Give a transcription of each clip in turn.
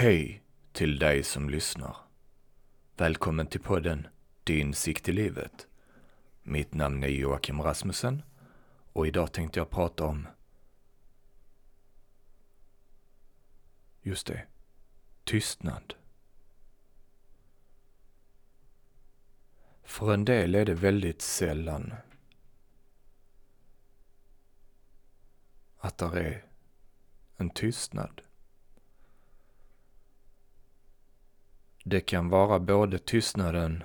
Hej till dig som lyssnar. Välkommen till podden Din sikt i livet. Mitt namn är Joakim Rasmussen och idag tänkte jag prata om tystnad. För en del är det väldigt sällan att där är en tystnad. Det kan vara både tystnaden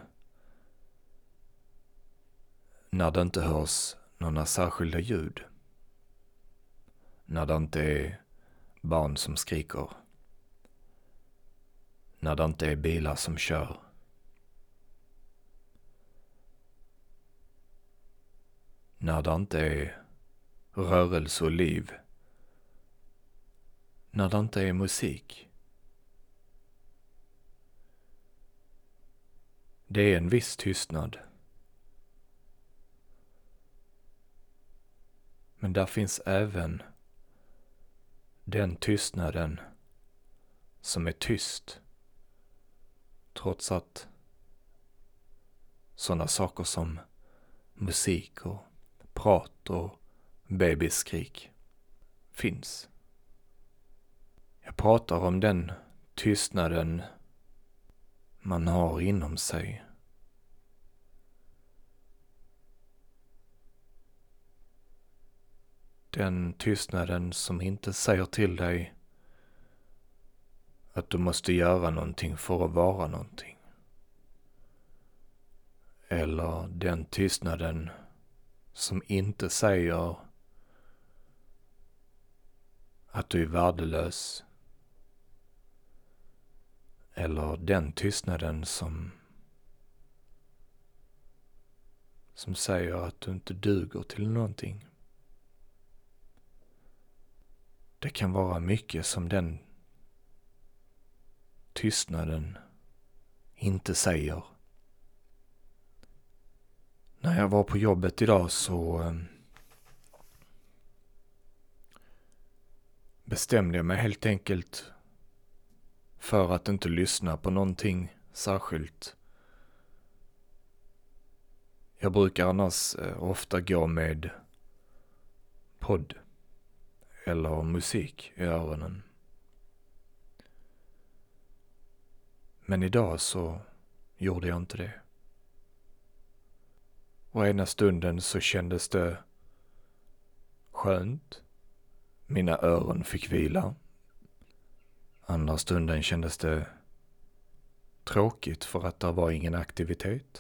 när det inte hörs några särskilda ljud. När det inte är barn som skriker. När det inte är bilar som kör. När det inte är rörelse och liv. När det inte är musik. Det är en viss tystnad. Men där finns även den tystnaden som är tyst. Trots att sådana saker som musik och prat och babyskrik finns. Jag pratar om den tystnaden man har inom sig. Den tystnaden som inte säger till dig att du måste göra någonting för att vara någonting. Eller den tystnaden som inte säger att du är värdelös. Eller den tystnaden som säger att du inte duger till någonting. Det kan vara mycket som den tystnaden inte säger. När jag var på jobbet idag så bestämde jag mig helt enkelt för att inte lyssna på någonting särskilt. Jag brukar annars ofta gå med podd eller musik i öronen. Men idag så gjorde jag inte det. Och ena stunden så kändes det skönt. Mina öron fick vila. Andra stunden kändes det tråkigt för att det var ingen aktivitet.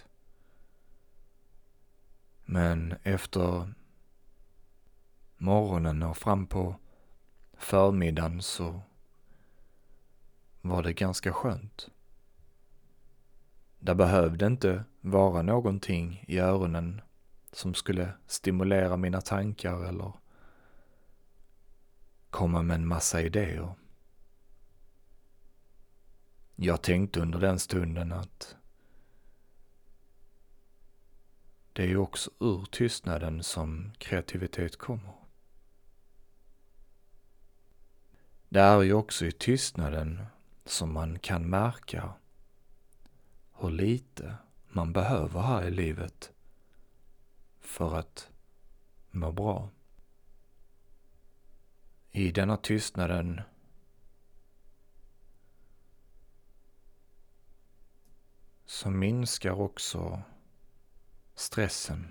Men efter morgonen och fram på förmiddagen så var det ganska skönt. Det behövde inte vara någonting i öronen som skulle stimulera mina tankar eller komma med en massa idéer. Jag tänkte under den stunden att det är ju också ur tystnaden som kreativitet kommer. Det är ju också i tystnaden som man kan märka hur lite man behöver här i livet för att må bra. I denna tystnaden så minskar också stressen.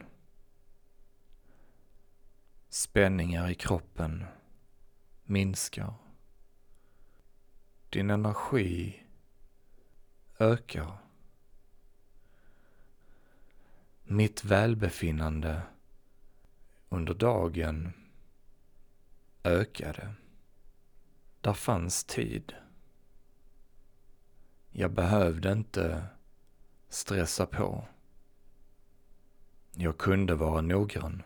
Spänningar i kroppen minskar. Din energi ökar. Mitt välbefinnande under dagen ökade. Där fanns tid. Jag behövde inte stressa på. Jag kunde vara noggrann.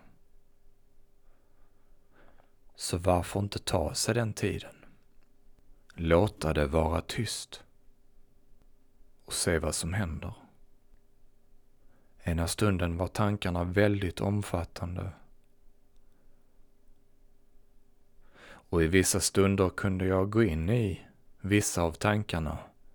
Så varför inte ta sig den tiden? Låta det vara tyst och se vad som händer. Ena stunden var tankarna väldigt omfattande. Och i vissa stunder kunde jag gå in i vissa av tankarna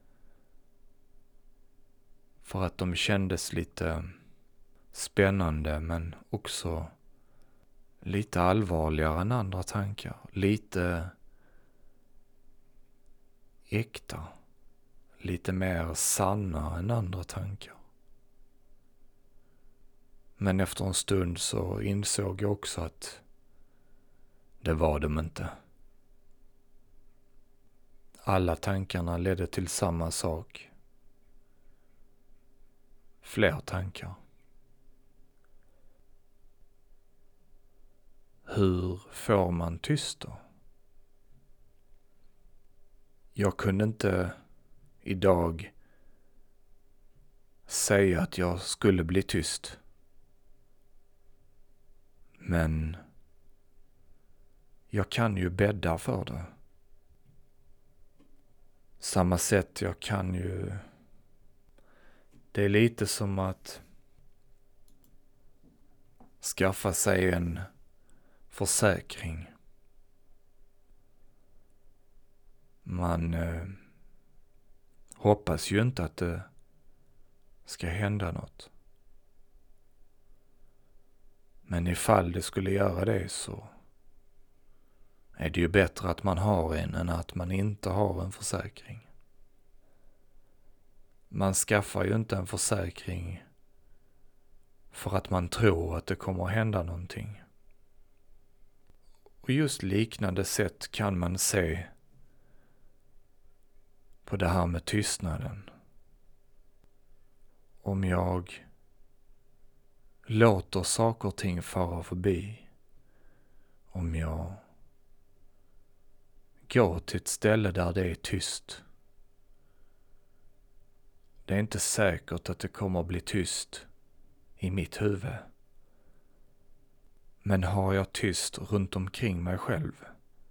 för att de kändes lite spännande men också lite allvarligare än andra tankar. Lite äkta. Lite mer sanna än andra tankar. Men efter en stund så insåg jag också att det var de inte. Alla tankarna ledde till samma sak. Fler tankar. Hur får man tyst då? Jag kunde inte idag säga att jag skulle bli tyst. Men jag kan ju bädda för det. Samma sätt jag kan ju... Det är lite som att skaffa sig en försäkring. Man hoppas ju inte att det ska hända något. Men ifall det skulle göra det så är det ju bättre att man har en än att man inte har en försäkring. Man skaffar ju inte en försäkring för att man tror att det kommer att hända någonting. Och just liknande sätt kan man se på det här med tystnaden. Om jag låter saker och ting fara förbi, om jag går till ett ställe där det är tyst, det är inte säkert att det kommer att bli tyst i mitt huvud. Men har jag tyst runt omkring mig själv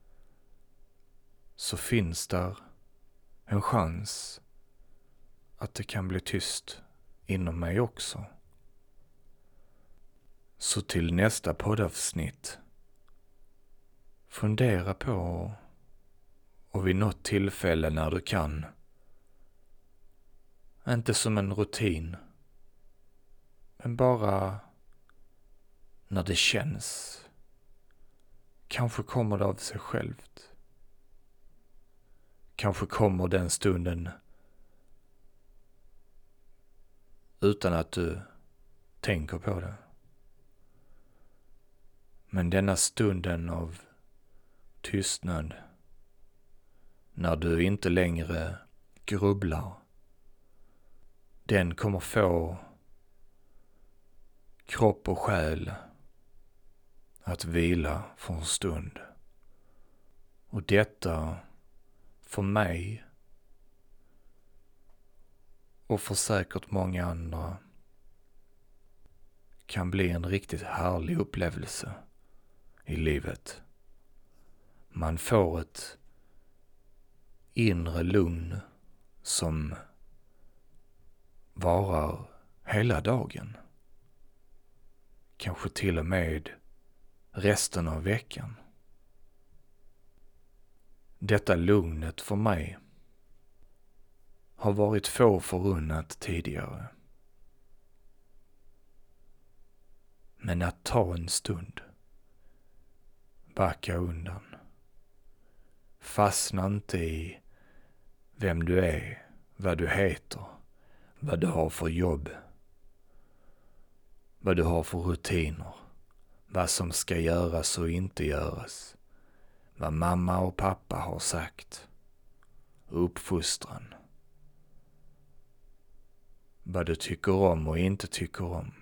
så finns där en chans att det kan bli tyst inom mig också. Så till nästa poddavsnitt, fundera på och vid något tillfälle när du kan, inte som en rutin, men bara när det känns. Kanske kommer det av sig självt. Kanske kommer den stunden utan att du tänker på det. Men denna stunden av tystnad, när du inte längre grubblar, den kommer få kropp och själ att vila för en stund. Och detta för mig och för säkert många andra kan bli en riktigt härlig upplevelse i livet. Man får ett inre lugn som varar hela dagen. Kanske till och med resten av veckan. Detta lugnet för mig har varit få förunnat tidigare. Men att ta en stund, backa undan, fastna inte i vem du är, vad du heter, vad du har för jobb, vad du har för rutiner, vad som ska göras och inte göras, vad mamma och pappa har sagt, uppfostran, vad du tycker om och inte tycker om.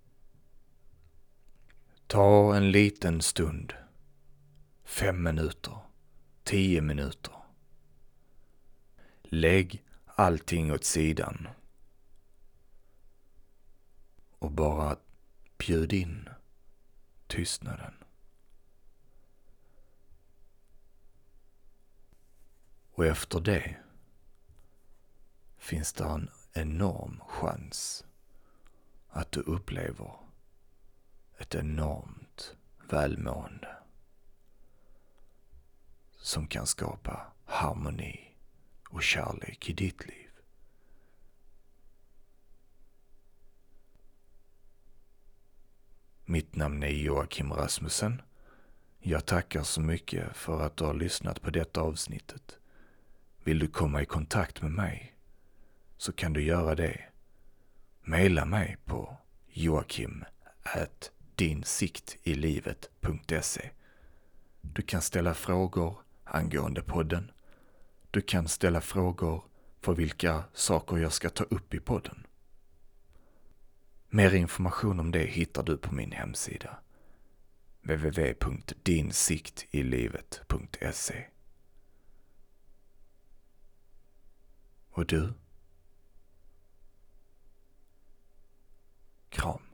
Ta en liten stund, 5 minuter, 10 minuter. Lägg allting åt sidan och bara bjud in tystnaden. Och efter det finns det en enorm chans att du upplever ett enormt välmående som kan skapa harmoni och kärlek i ditt liv. Mitt namn är Joakim Rasmussen. Jag tackar så mycket för att du har lyssnat på detta avsnittet. Vill du komma i kontakt med mig så kan du göra det. Maila mig på joakim@dinsiktilivet.se. Du kan ställa frågor angående podden. Du kan ställa frågor för vilka saker jag ska ta upp i podden. Mer information om det hittar du på min hemsida www.dinsiktilivet.se. Och du? Kram.